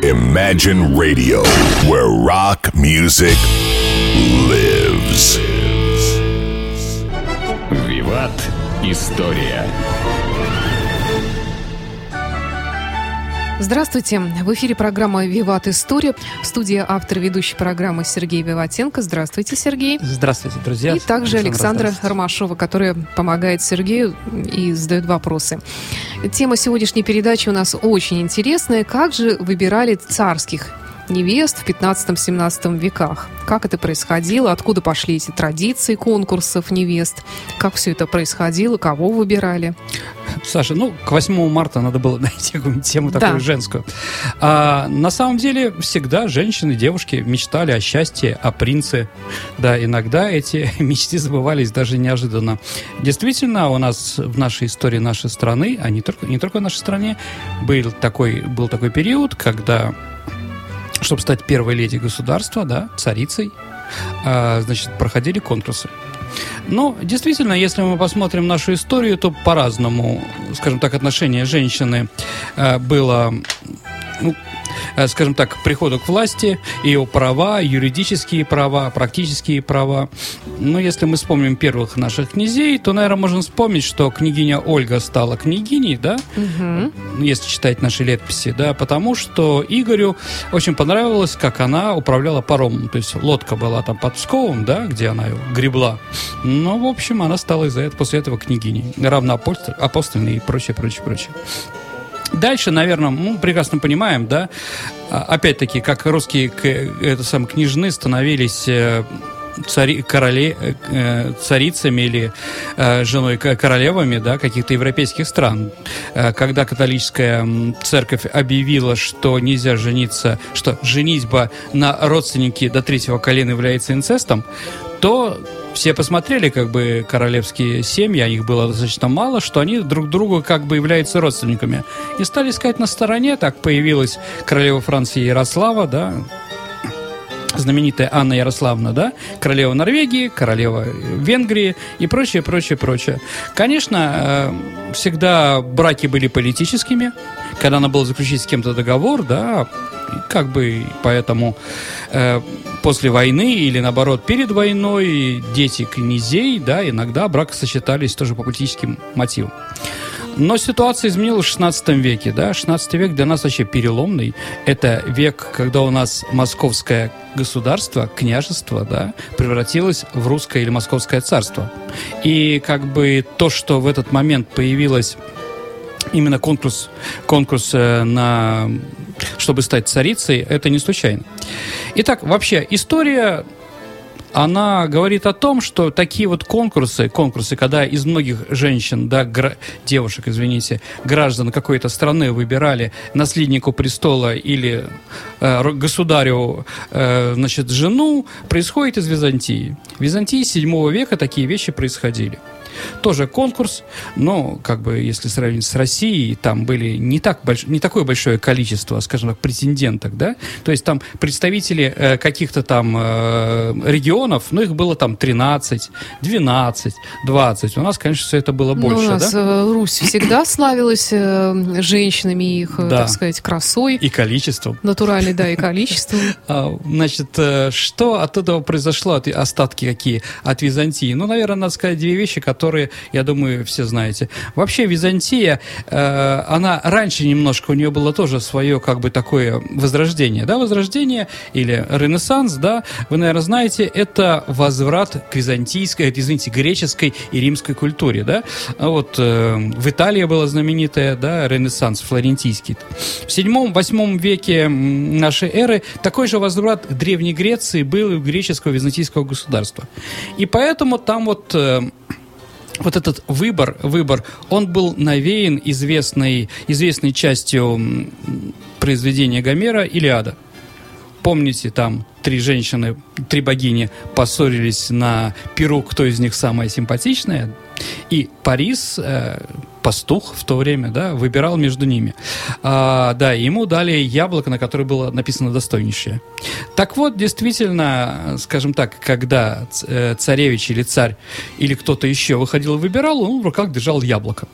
Imagine Radio, where rock music lives. Виват. История. Здравствуйте. В эфире программа «Виват. История». В студии автор ведущей программы Сергей Виватенко. Здравствуйте, Сергей. Здравствуйте, друзья. И также Александра Ромашова, которая помогает Сергею и задает вопросы. Тема сегодняшней передачи у нас очень интересная. Как же выбирали царских невест в 15-17 веках? Как это происходило? Откуда пошли эти традиции конкурсов невест? Как все это происходило? Кого выбирали? Саша, к 8 марта надо было найти какую-нибудь тему такую женскую. На самом деле всегда женщины, девушки мечтали о счастье, о принце. Да, иногда эти мечты забывались даже неожиданно. Действительно, у нас в нашей истории нашей страны, а не только в нашей стране, был такой период, когда, чтобы стать первой леди государства, да, царицей, проходили конкурсы. Но действительно, если мы посмотрим нашу историю, то по-разному, скажем так, отношение женщины было, к приходу к власти, ее права, юридические права, практические права. Но если мы вспомним первых наших князей, то, наверное, можно вспомнить, что княгиня Ольга стала княгиней, да, если читать наши летописи, да, потому что Игорю очень понравилось, как она управляла паромом. То есть лодка была там под Псковом, да, где она ее гребла. Но, в общем, она стала после этого княгиней, равноапостольной и прочее. Дальше, наверное, мы прекрасно понимаем, да, опять-таки, как русские княжны становились царицами или женой королевами, да, каких-то европейских стран. Когда католическая церковь объявила, что нельзя жениться, что женитьба на родственнике до 3-го колена является инцестом, то все посмотрели, королевские семьи, а их было достаточно мало, что они друг другу являются родственниками. И стали искать на стороне. Так появилась королева Франции Ярослава, да, знаменитая Анна Ярославна, да, королева Норвегии, королева Венгрии и прочее. Конечно, всегда браки были политическими, когда надо было заключить с кем-то договор, да, поэтому после войны или, наоборот, перед войной дети князей, да, иногда бракосочетались тоже по политическим мотивам. Но ситуация изменилась в 16 веке, да, 16 век для нас вообще переломный. Это век, когда у нас московское государство, княжество, да, превратилось в русское или московское царство. И то, что в этот момент появилось именно конкурс чтобы стать царицей, это не случайно. Итак, вообще история, она говорит о том, что такие вот конкурсы, когда из многих женщин, да, девушек, граждан какой-то страны выбирали наследнику престола или государю, жену, происходит из Византии. В Византии 7 века такие вещи происходили. Тоже конкурс, но, если сравнить с Россией, там были не такое большое количество, скажем так, претенденток, да, то есть там представители каких-то там регионов, их было там 13, 12, 20. У нас, конечно, все это было больше, да? У нас Русь всегда славилась женщинами, их, так сказать, красой. И количеством. Натуральной, да, и количеством. Что от этого произошло, остатки какие от Византии? Наверное, надо сказать две вещи, которые, я думаю, все знаете. Вообще Византия, она раньше немножко, у нее было тоже свое такое возрождение, да, возрождение или ренессанс, да, вы, наверное, знаете, это возврат к греческой и римской культуре, да. В Италии было знаменитое, да, ренессанс флорентийский. В 7-8 веке нашей эры такой же возврат к Древней Греции был и у греческого и византийского государства. И поэтому там этот выбор, он был навеян известной частью произведения Гомера «Илиада». Помните, там 3 богини поссорились на пиру, кто из них самая симпатичная, и Парис, пастух в то время, да, выбирал между ними. Ему дали яблоко, на которое было написано «достойнейшее». Так вот, действительно, скажем так, когда царевич или царь или кто-то еще выходил и выбирал, он в руках держал яблоко.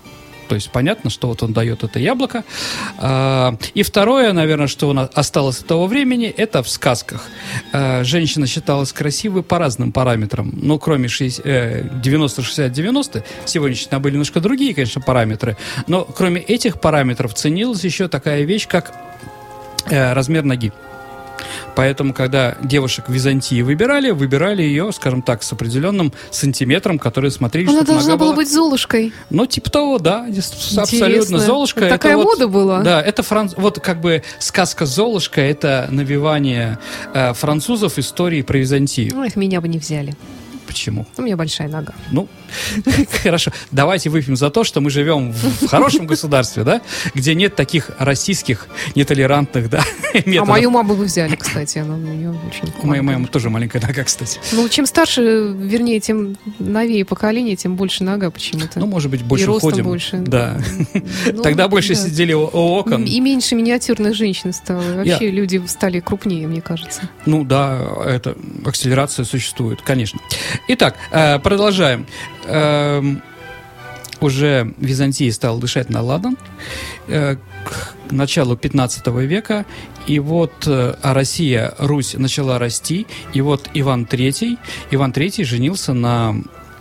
То есть понятно, что вот он дает это яблоко. И второе, наверное, что у нас осталось от того времени, это в сказках. Женщина считалась красивой по разным параметрам. Ну, кроме 90-60-90, сегодняшние были немножко другие, конечно, параметры. Но кроме этих параметров ценилась еще такая вещь, как размер ноги. Поэтому, когда девушек в Византии выбирали ее, скажем так, с определенным сантиметром, который смотрели, Она чтобы должна нога была быть Золушкой. Ну, типа того, да, Интересно. абсолютно. Золушка. Такая это мода была? Да, это вот как бы сказка Золушка, это навевание французов истории про Византию. Ну, их меня бы не взяли. Почему? У меня большая нога. Ну, хорошо. Давайте выпьем за то, что мы живем в хорошем государстве, да, где нет таких российских, нетолерантных, да, методов. А мою маму вы взяли, кстати. Она у нее очень... У моей мамы тоже маленькая нога, кстати. Ну, чем старше, вернее, тем новее поколение, тем больше нога почему-то. Ну, может быть, больше и ростом ходим. больше. Да. Ну, Тогда больше да. сидели у окон. И меньше миниатюрных женщин стало. Вообще люди стали крупнее, мне кажется. Ну да, это акселерация существует, конечно. Итак, продолжаем. Уже Византия стала дышать на ладан к началу 15 века, и вот Россия, Русь начала расти, и вот Иван III женился на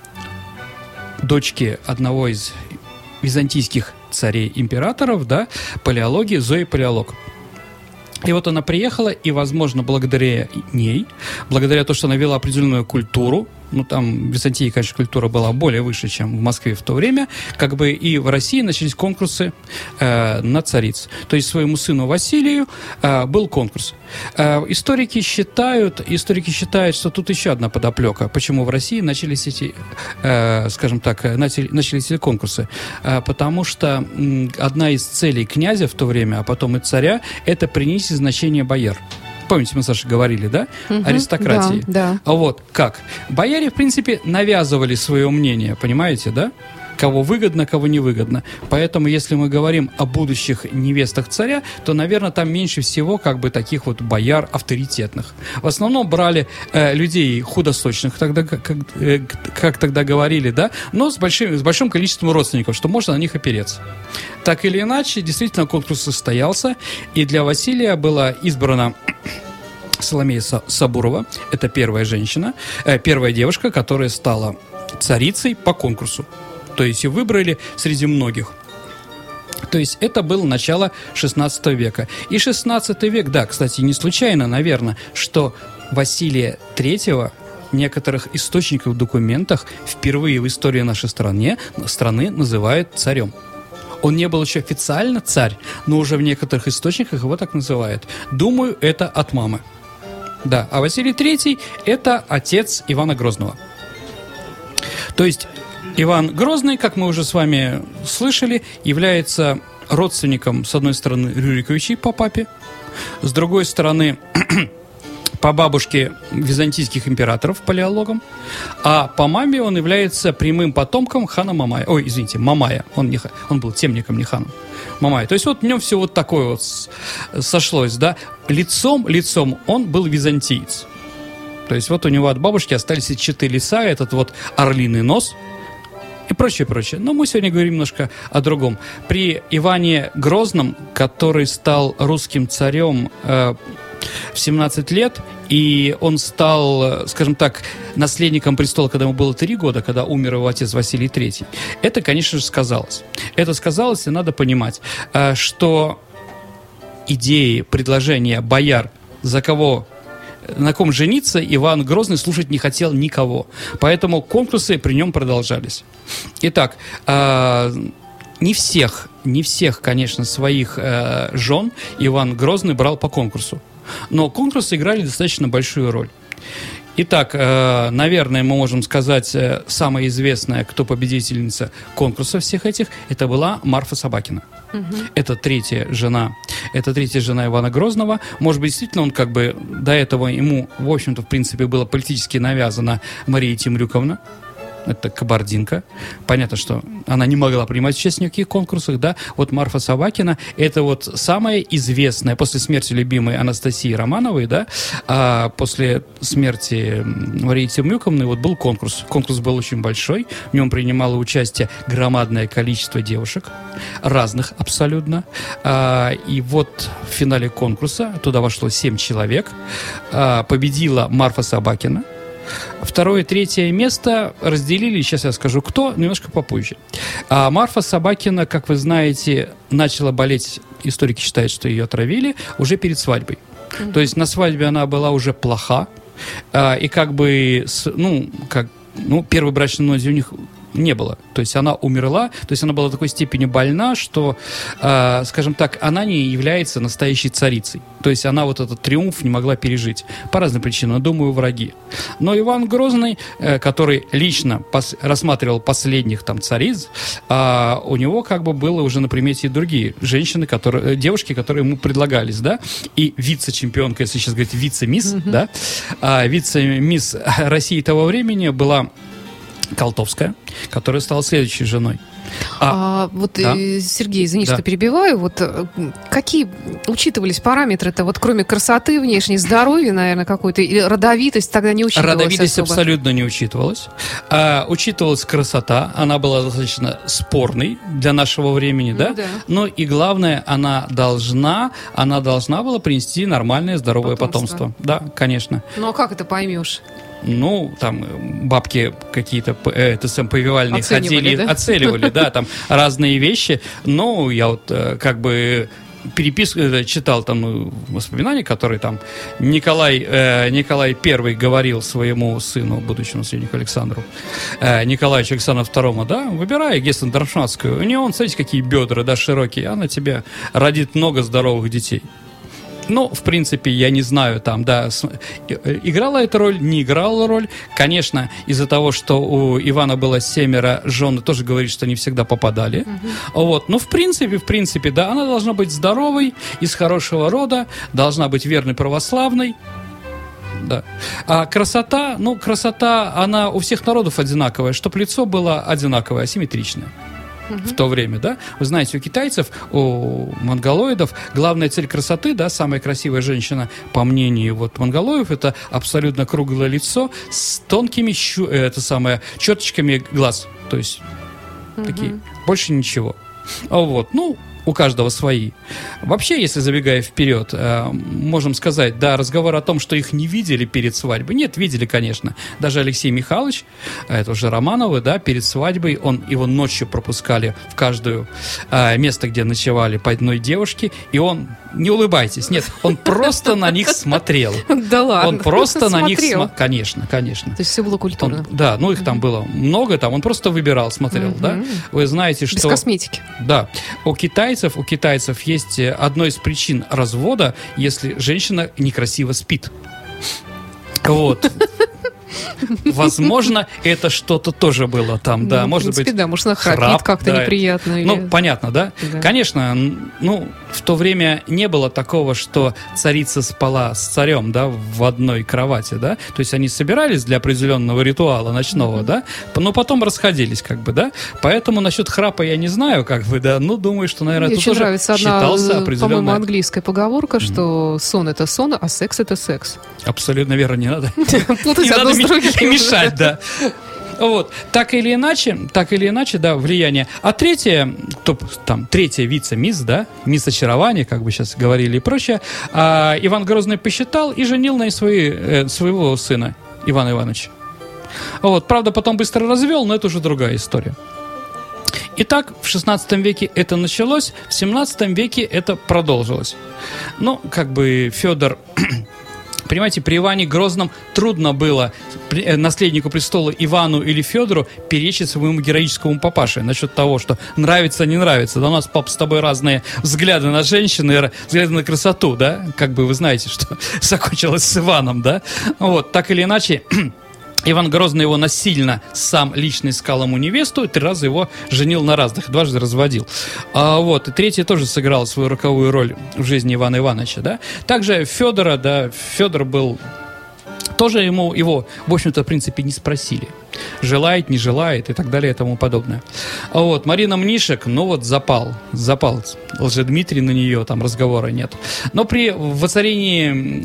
дочке одного из византийских царей-императоров, да, Палеологии, Зои Палеолог. И вот она приехала, и, возможно, благодаря ней, благодаря тому, что она вела определенную культуру, ну, там в Византии, конечно, культура была более выше, чем в Москве в то время, как бы и в России начались конкурсы на цариц. То есть своему сыну Василию был конкурс. Историки считают, что тут еще одна подоплека, почему в России начались эти, скажем так, начались эти конкурсы. Потому что одна из целей князя в то время, а потом и царя, это принести значение бояр. Помните, мы, Саша, говорили, да? Аристократии. Да. А вот как? Бояре, в принципе, навязывали свое мнение, понимаете, да? Кого выгодно, кого невыгодно. Поэтому, если мы говорим о будущих невестах царя, то, наверное, там меньше всего как бы таких вот бояр авторитетных. В основном брали людей худосочных, тогда, как тогда говорили, да? Но с большим количеством родственников, что можно на них опереться. Так или иначе, действительно, конкурс состоялся, и для Василия была избрана Соломея Сабурова. Это первая девушка, которая стала царицей по конкурсу. То есть и выбрали среди многих. То есть это было начало 16 века. И 16 век, да, кстати, не случайно, наверное, что Василия III в некоторых источниках, документах впервые в истории нашей страны называют царем. Он не был еще официально царь, но уже в некоторых источниках его так называют. Думаю, это от мамы. Да, а Василий III – это отец Ивана Грозного. То есть Иван Грозный, как мы уже с вами слышали, является родственником, с одной стороны, Рюриковичей по папе, с другой стороны, по бабушке византийских императоров, палеологом, а по маме он является прямым потомком хана Мамая. Ой, извините, Мамая. Он был темником, не ханом. Мамая. То есть вот в нем все вот такое вот сошлось, да. Лицом он был византиец. То есть вот у него от бабушки остались эти 4 лица, этот вот орлиный нос и прочее. Но мы сегодня говорим немножко о другом. При Иване Грозном, который стал русским царем в 17 лет, и он стал, скажем так, наследником престола, когда ему было 3 года, когда умер его отец Василий III. Это, конечно же, сказалось. Это сказалось, и надо понимать, что идеи, предложения бояр, на ком жениться, Иван Грозный слушать не хотел никого. Поэтому конкурсы при нем продолжались. Итак, не всех, конечно, своих жен Иван Грозный брал по конкурсу. Но конкурсы играли достаточно большую роль. Итак, наверное, мы можем сказать, самая известная, кто победительница конкурса всех этих, это была Марфа Собакина. Это третья жена Ивана Грозного. Может быть, действительно, он как бы до этого ему, в общем-то, в принципе, было политически навязано Мария Темрюковна. это кабардинка. Понятно, что она не могла принимать участие в никаких конкурсах, да. Вот Марфа Собакина, это вот самая известная, после смерти любимой Анастасии Романовой, да, а после смерти Марии Тимюковны вот был конкурс. Конкурс был очень большой, в нем принимало участие громадное количество девушек, разных абсолютно. И вот в финале конкурса туда вошло 7 человек. Победила Марфа Собакина. Второе и третье место разделили, сейчас я скажу, кто, немножко попозже. Марфа Собакина, как вы знаете, начала болеть, историки считают, что ее отравили, уже перед свадьбой. То есть на свадьбе она была уже плоха, и как бы, первой брачной ноги у них не было. То есть она умерла, то есть она была в такой степени больна, что, скажем так, она не является настоящей царицей. То есть она вот этот триумф не могла пережить. По разным причинам, думаю, враги. Но Иван Грозный, который лично рассматривал последних там цариц, у него как бы было уже на примете и другие женщины, девушки, которые ему предлагались, да, и вице-чемпионка, если сейчас говорить вице-мисс, да, вице-мисс России того времени была Колтовская, которая стала следующей женой. Сергей, извини, да. Что перебиваю. Вот какие учитывались параметры-то? Вот кроме красоты, внешней, здоровья, наверное, какой-то, или родовитость тогда не учитывалась? Родовитость особо? Абсолютно не учитывалась. Учитывалась красота. Она была достаточно спорной для нашего времени, да? Да. Но и главное, она должна была принести нормальное, здоровое потомство. Да, конечно. Ну, а как это поймешь? Ну, там бабки какие-то повивальные Оценивали, ходили, да? Оценивали, да, там разные вещи. Но я вот как бы переписку читал там воспоминания, которые там Николай I говорил своему сыну, будущему наследнику Александру, Николаевичу Александру II, да, выбирай Гессен-Дармштадтскую. У нее, смотрите, какие бедра, да, широкие, она тебе родит много здоровых детей. Ну, в принципе, я не знаю, там, да, играла эта роль, не играла роль. Конечно, из-за того, что у Ивана было 7 жен, тоже говорит, что не всегда попадали. Вот. Но в принципе, да, она должна быть здоровой, из хорошего рода, должна быть верной православной. Да. А красота, она у всех народов одинаковая, чтобы лицо было одинаковое, асимметричное. В то время, да. Вы знаете, у китайцев, у монголоидов главная цель красоты, да, самая красивая женщина, по мнению вот монголоев, это абсолютно круглое лицо с тонкими черточками глаз. То есть такие, больше ничего. Вот, у каждого свои. Вообще, если забегая вперед, можем сказать, да, разговор о том, что их не видели перед свадьбой. Нет, видели, конечно. Даже Алексей Михайлович, это уже Романовы, да, перед свадьбой, его ночью пропускали в каждое место, где ночевали по одной девушке, и он, не улыбайтесь, нет, он просто на них смотрел. Да ладно. Он просто на них смотрел. Конечно. То есть все было культурно. Да, их там было много, там он просто выбирал, смотрел, да. Вы знаете, что... Без косметики. Да. У китайцев есть одной из причин развода, если женщина некрасиво спит. Вот. Возможно, это что-то тоже было там, да. В Может принципе, быть, да, может, она храпит храп, как-то да. неприятно. Или... Понятно, да? Конечно, в то время не было такого, что царица спала с царем, да, в одной кровати, да. То есть они собирались для определенного ритуала ночного, да, но потом расходились, как бы, да. Поэтому насчет храпа я не знаю, как бы, да. Думаю, что, наверное, это тоже считался определенно... по-моему, английская поговорка, что сон — это сон, а секс — это секс. Абсолютно верно, не надо. Путать одно с другим. Мешать, да. Вот. Так или иначе, да, влияние. А третья вице-мисс, да, мисс очарования, как бы сейчас говорили и прочее, Иван Грозный посчитал и женил на своего сына Ивана Ивановича. Вот. Правда, потом быстро развел, но это уже другая история. Итак, в 16 веке это началось, в 17 веке это продолжилось. Федор... Понимаете, при Иване Грозном трудно было наследнику престола Ивану или Федору перечить своему героическому папаше насчет того, что нравится, не нравится. Да у нас, папа, с тобой разные взгляды на женщины, взгляды на красоту, да? Как бы вы знаете, что закончилось с Иваном, да? Вот, так или иначе... Иван Грозный его насильно сам лично искал ему невесту, и 3 раза его женил на разных, 2 разводил. И третий тоже сыграл свою роковую роль в жизни Ивана Ивановича, да. Также Федора, да, Федор был... Тоже его, в общем-то, в принципе, не спросили. желает, не желает и так далее и тому подобное. Вот, Марина Мнишек, ну вот запал Лжедмитрий на нее, там разговора нет. Но при воцарении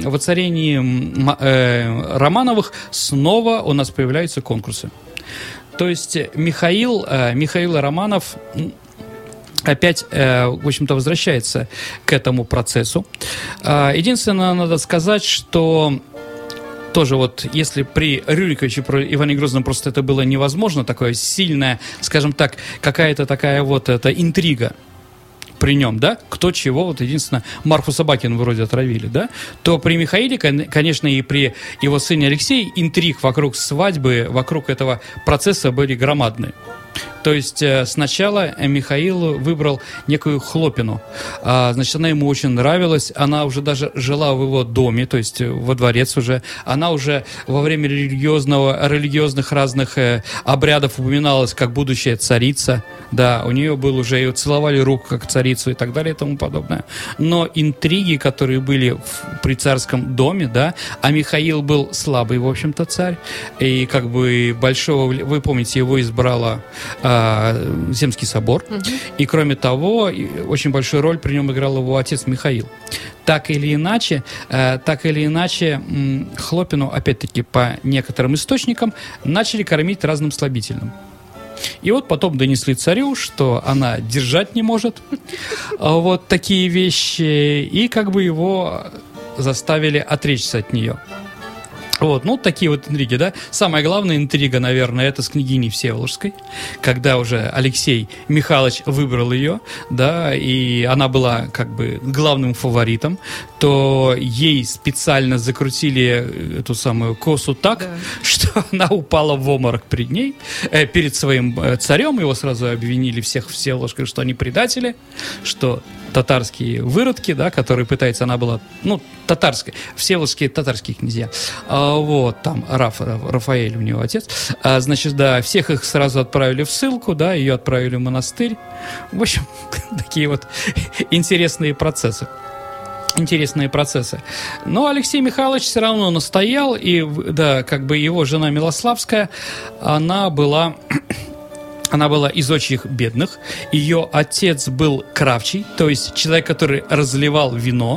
Романовых снова у нас появляются конкурсы. То есть Михаил Романов опять, в общем-то, возвращается к этому процессу. Единственное, надо сказать, что тоже вот, если при Рюриковиче, про Иване Грозном просто это было невозможно, такое сильная, скажем так, какая-то такая вот эта интрига при нем, да, кто чего, вот единственное, Марфу Собакину вроде отравили, да, то при Михаиле, конечно, и при его сыне Алексее интриг вокруг свадьбы, вокруг этого процесса были громадные. То есть сначала Михаил выбрал некую Хлопину. Значит, она ему очень нравилась. Она уже даже жила в его доме, то есть во дворец уже. Она уже во время религиозных разных обрядов упоминалась как будущая царица. Да, у нее был уже, ее целовали руку как царицу и так далее и тому подобное. Но интриги, которые были при царском доме, да, а Михаил был слабый, в общем-то, царь. И как бы большого, вы помните, его избрала Земский собор. И кроме того, очень большую роль при нем играл его отец Михаил. Так или иначе, Хлопину, опять-таки, по некоторым источникам, начали кормить разным слабительным. И вот потом донесли царю, что она держать не может вот такие вещи, и как бы его заставили отречься от нее. Вот, ну, такие вот интриги, да. Самая главная интрига, наверное, это с княгиней Всеволожской, когда уже Алексей Михайлович выбрал ее, да, и она была как бы главным фаворитом, то ей специально закрутили эту самую косу так, да, что она упала в обморок перед своим царем, его сразу обвинили всех Всеволожкой, что они предатели, что татарские выродки, да, которые пытаются, она была, ну, татарская, всеволожские татарские князья, вот, там, Рафаэль у него отец, значит, да, всех их сразу отправили в ссылку, да, ее отправили в монастырь, в общем, такие вот интересные процессы. Но Алексей Михайлович все равно настоял, и, да, как бы его жена Милославская, она была из очень бедных. Ее отец был кравчий, то есть человек, который разливал вино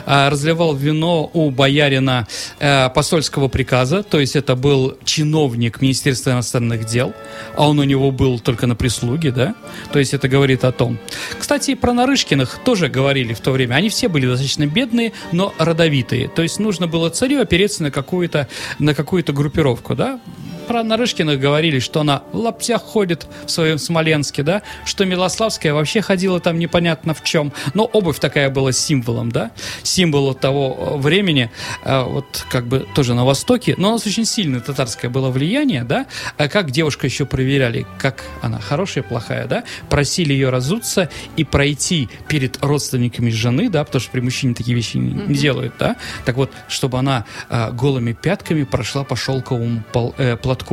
у боярина посольского приказа, то есть это был чиновник Министерства иностранных дел, а он у него был только на прислуге, да, то есть это говорит о том. Кстати, про Нарышкиных тоже говорили в то время, они все были достаточно бедные, но родовитые, то есть нужно было царю опереться на какую-то группировку, да. Про Нарышкиных говорили, что она в лаптях ходит в своем Смоленске, да, что Милославская вообще ходила там непонятно в чем, но обувь такая была символом, да, символ того времени, вот как бы тоже на Востоке, но у нас очень сильное татарское было влияние, да, как девушку еще проверяли, как она, хорошая, плохая, да, просили ее разуться и пройти перед родственниками жены, да, потому что при мужчине такие вещи не делают, да, так вот, чтобы она голыми пятками прошла по шелковому платку.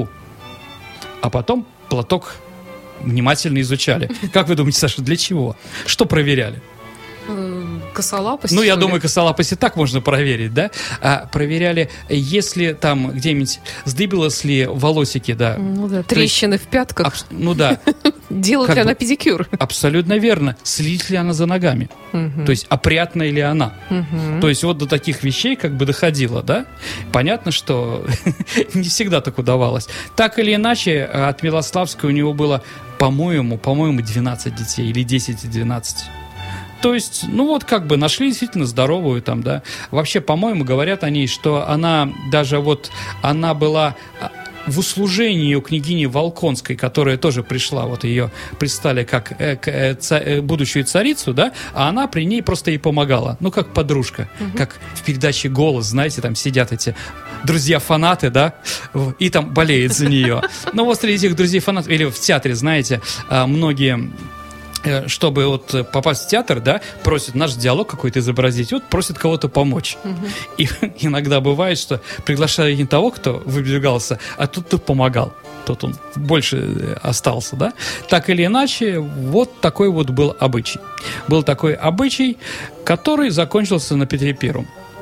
А потом платок внимательно изучали. Как вы думаете, Саша, для чего? Что проверяли? Косолапость? Ну, я думаю, косолапость и так можно проверить, да? Проверяли, если там где-нибудь сдыбилось ли волосики, да. Ну да, трещины в пятках. Ну да. Делает ли она педикюр? Абсолютно верно. Следит ли она за ногами? То есть опрятная ли она? То есть вот до таких вещей как бы доходило, да? Понятно, что не всегда так удавалось. Так или иначе, от Милославской у него было, по-моему, 12 детей или 10-12. То есть, ну вот как бы нашли действительно здоровую там, да. Вообще, по-моему, говорят о ней, что она даже вот, она была в услужении у княгини Волконской, которая тоже пришла, вот ее предстали как будущую царицу, да, а она при ней просто ей помогала, ну как подружка, как в передаче «Голос», знаете, там сидят эти друзья-фанаты, да, и там болеют за нее. Но вот среди этих друзей-фанатов, или в театре, знаете, многие... чтобы вот попасть в театр, да, просят наш диалог какой-то изобразить, вот просят кого-то помочь. И иногда бывает, что приглашают не того, кто выдвигался, а тот, кто помогал. Тот он больше остался, да. Так или иначе, вот такой вот был обычай. Был такой обычай, который закончился на Петре Первом.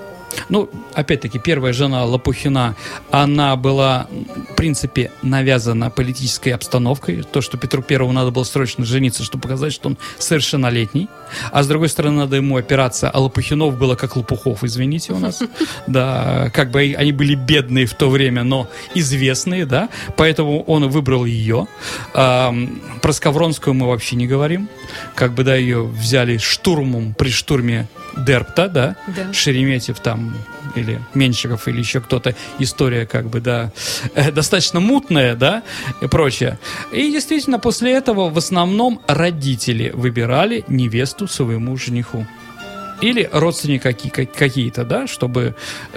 Ну, опять-таки, первая жена Лопухина, она была, в принципе, навязана политической обстановкой. То, что Петру Первому надо было срочно жениться, чтобы показать, что он совершеннолетний. А с другой стороны, надо ему опираться. А Лопухинов было как Лопухов, извините, у нас. Да, как бы они были бедные в то время, но известные, да. Поэтому он выбрал ее. Про Скавронскую мы вообще не говорим. Как бы, да, ее взяли штурмом при штурме Дербта, да. Шереметьев там, или Меньшиков, или еще кто-то. История, как бы, да, достаточно мутная, да, и прочее. И действительно, после этого в основном родители выбирали невесту своему жениху. Или родственники какие-то, да, чтобы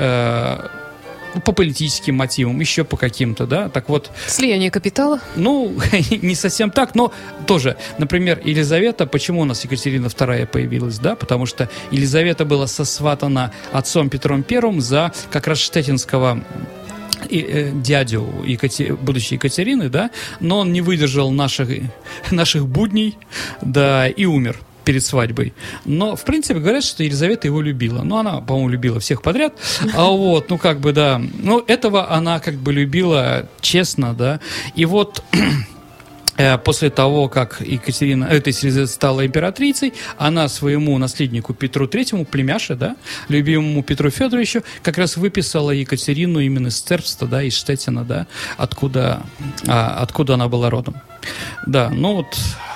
по политическим мотивам, еще по каким-то, да, так вот. Слияние капитала? Ну, не совсем так, но тоже, например, Елизавета, почему у нас Екатерина II появилась, да, потому что Елизавета была сосватана отцом Петром I за как раз штеттинского дядю будущей Екатерины, да, но он не выдержал наших будней, да, и умер перед свадьбой. Но, в принципе, говорят, что Елизавета его любила. Ну, она, по-моему, любила всех подряд. А вот, ну, как бы, да. Ну, этого она, как бы, любила честно, да. И вот после того, как Елизавета стала императрицей, она своему наследнику Петру III, племяше, да, любимому Петру Федоровичу, как раз выписала Екатерину именно из Цербста, да, из Штеттина, да, откуда она была родом. Да, ну вот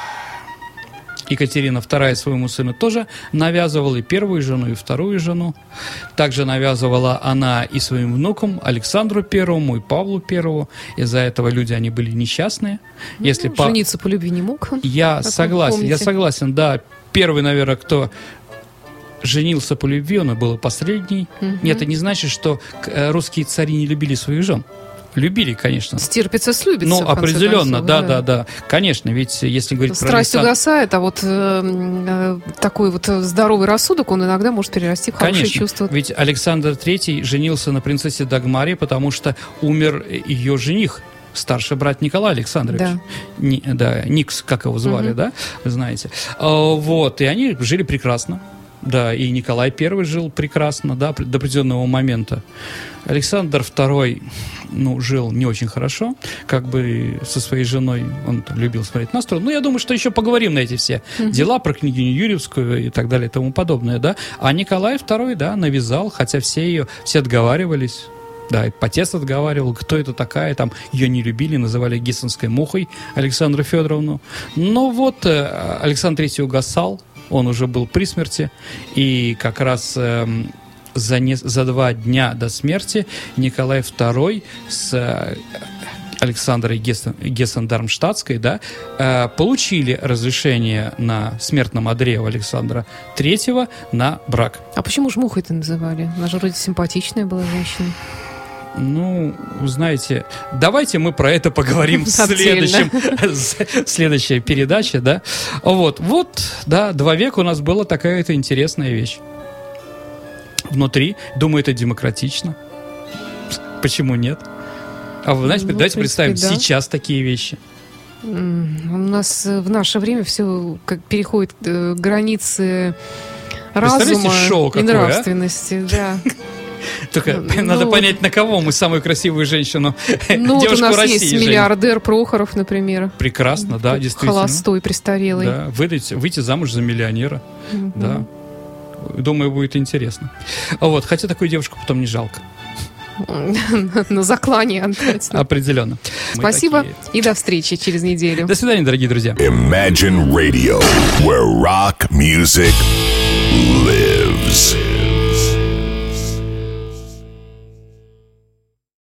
Екатерина II своему сыну тоже навязывала и первую жену, и вторую жену. Также навязывала она и своим внукам Александру Первому и Павлу Первому. Из-за этого люди, они были несчастные. Если жениться по любви не мог. Я согласен, да. Первый, наверное, кто женился по любви, он и был последний. Нет, это не значит, что русские цари не любили своих жен. Любили, конечно. Стерпится, слюбится. Ну, определенно, да. Конечно, ведь если говорить про страсть угасает, а вот такой вот здоровый рассудок, он иногда может перерасти в хорошие чувства. Ведь Александр III женился на принцессе Дагмаре, потому что умер ее жених, старший брат Николай Александрович. Да. Никс, как его звали, да, вы знаете. Вот, и они жили прекрасно. Да, и Николай I жил прекрасно, да, до определенного момента. Александр II, жил не очень хорошо, как бы со своей женой, он там любил смотреть на сторону. Я думаю, что еще поговорим на эти все дела про княгиню Юрьевскую и так далее и тому подобное, да. А Николай II, да, навязал, хотя все отговаривались. Да, и отец отговаривал, кто это такая, там ее не любили, называли гессенской мухой Александру Федоровну. Но вот Александр III угасал, он уже был при смерти, и как раз за 2 дня до смерти Николай II с Александрой Гессен-Дармштадтской, да, получили разрешение на смертном одре у Александра III на брак. А почему же мухой это называли? Она же вроде симпатичная была женщина. Ну, знаете, давайте мы про это поговорим в следующей передаче, да. Вот, да, 2 века у нас была такая-то интересная вещь. Внутри, думаю, это демократично. Почему нет? А вы знаете, давайте представим сейчас такие вещи. У нас в наше время все как переходит границы разума и нравственности, да. Только надо понять, на кого мы самую красивую женщину, девушку России. Вот у нас есть миллиардер Прохоров, например. Прекрасно, да, действительно. Холостой, престарелый. Да, выйти замуж за миллионера, да. Думаю, будет интересно. Вот, хотя такую девушку потом не жалко. На заклание отдать. Определенно. Спасибо и до встречи через неделю. До свидания, дорогие друзья. Imagine Radio, where rock music lives.